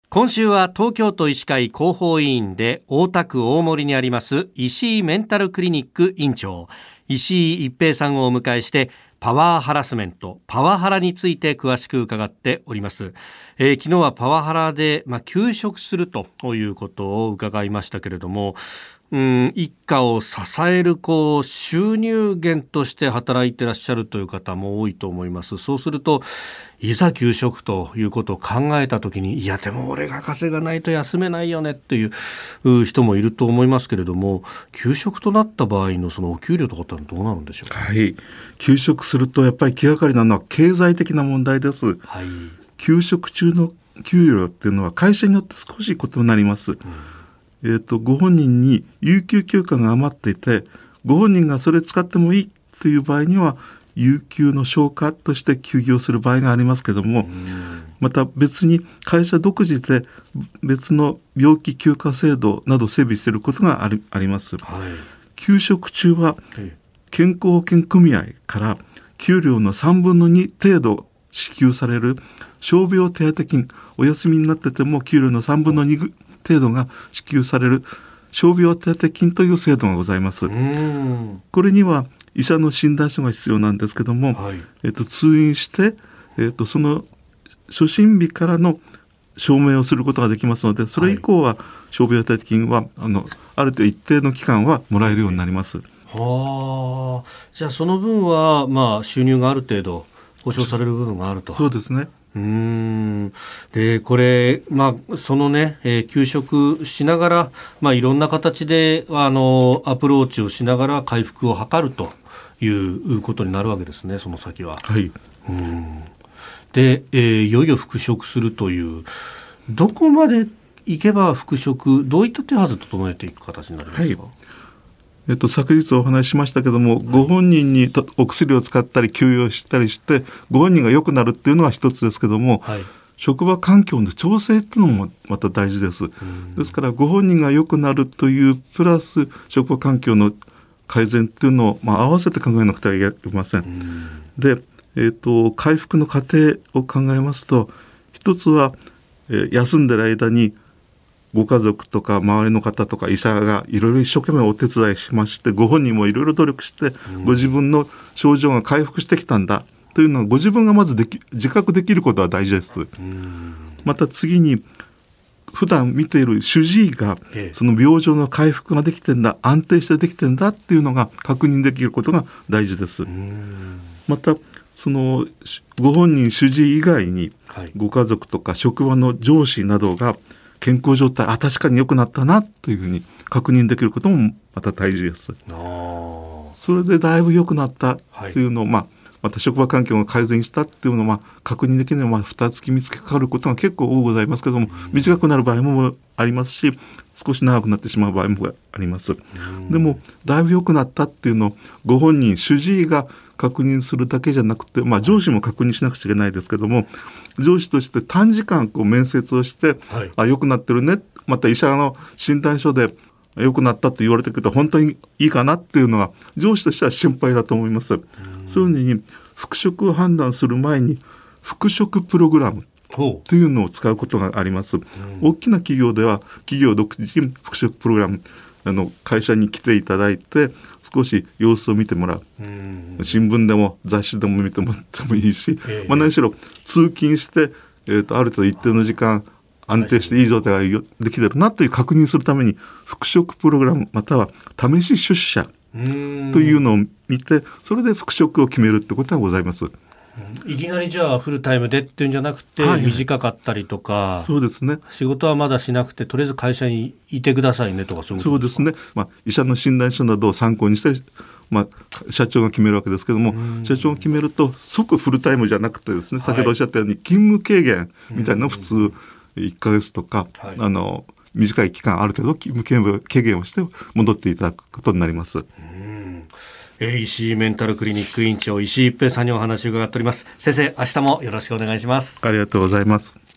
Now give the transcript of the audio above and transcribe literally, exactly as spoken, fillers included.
今週は東京都医師会広報委員で大田区大森にあります石井メンタルクリニック院長石井一平さんをお迎えしてパワーハラスメント、パワハラについて詳しく伺っております。えー、昨日はパワハラで、まあ、休職するということを伺いましたけれども、うん、一家を支えるこう収入源として働いてらっしゃるという方も多いと思います。そうするといざ休職ということを考えたときに、いやでも俺が稼がないと休めないよねっていう人もいると思いますけれども、休職となった場合のそのお給料とかってどうなるんでしょうか。 はい、休職するとやっぱり気がかりなのは経済的な問題です。 はい、 休職中の給料っていうのは会社によって少し異なります。うん、えーと、ご本人に有給休暇が余っていて、ご本人がそれ使ってもいいという場合には有給の消化として休業する場合がありますけども、また別に会社独自で別の病気休暇制度など整備していることがあり、あります。はい、休職中は健康保険組合から給料のさんぶんのに程度支給される傷病手当金、お休みになってても給料のさんぶんのに程度が支給される傷病手当金という制度がございます。これには医者の診断書が必要なんですけども、はい、えっと、通院して、えっと、その初診日からの証明をすることができますので、それ以降は傷病手当金はあのある程度一定の期間はもらえるようになります。 はあ、じゃあその分は、まあ、収入がある程度保証される部分があると。 そうですね。 うーんでこれ、まあ、そのね、えー、休職しながら、まあ、いろんな形であのアプローチをしながら回復を図るということになるわけですね、その先は。 はい、 うんで、えー、いよいよ復職するという、どこまでいけば復職、どういった手はず整えていく形になりますか。 はい、えっと、昨日お話ししましたけども、はい、ご本人にお薬を使ったり休養したりしてご本人が良くなるっていうのは一つですけども、はい、職場環境の調整っていうのもまた大事です。ですからご本人が良くなるというプラス職場環境の改善っていうのを、まあ、合わせて考えなくてはいけません。で、えっと、回復の過程を考えますと、一つは、えー、休んでる間にご家族とか周りの方とか医者がいろいろ一生懸命お手伝いしまして、ご本人もいろいろ努力してご自分の症状が回復してきたんだというのはご自分がまずでき自覚できることは大事です。また次に普段見ている主治医がその病状の回復ができてんだ、安定してできてんだっていうのが確認できることが大事です。またそのご本人主治医以外にご家族とか職場の上司などが健康状態、あ、確かに良くなったなというふうに確認できることもまた大事です。あ、それでだいぶ良くなったというのを、はい、まあ、また職場環境が改善したっていうのを、まあ、確認できるのは、まあ、ふたつきみっつかかることが結構多くございますけども、短くなる場合もありますし、少し長くなってしまう場合もあります。でもだいぶ良くなったっていうのをご本人主治医が確認するだけじゃなくて、まあ、上司も確認しなくちゃいけないですけども、上司として短時間こう面接をして、はい、あ、良くなってるね、また医者の診断書で良くなったと言われてくると本当にいいかなっていうのが上司としては心配だと思います。うそういうふうに復職を判断する前に復職プログラムというのを使うことがあります。大きな企業では企業独自に復職プログラム、あの会社に来ていただいて少し様子を見てもらう、新聞でも雑誌でも見てもらってもいいし、えーまあ、何しろ通勤して、えー、とある程度一定の時間安定していい状態ができてるなという確認するために復職プログラムまたは試し出社というのを見て、それで復職を決めるってことがございます。 いきなりじゃあフルタイムでっていうんじゃなくて、はい、短かったりとか、 そうですね、 仕事はまだしなくてとりあえず会社にいてくださいねとか、そういうことですか。 そうですね、まあ、医者の診断書などを参考にして、まあ、社長が決めるわけですけども、社長が決めると即フルタイムじゃなくてですね、先ほどおっしゃったように勤務軽減みたいなの普通いっかげつとか、はい、あの短い期間ある程度勤務軽減をして戻っていただくことになります。 えー、石井メンタルクリニック院長石井一平さんにお話を伺っております。先生、明日もよろしくお願いします。 ありがとうございます。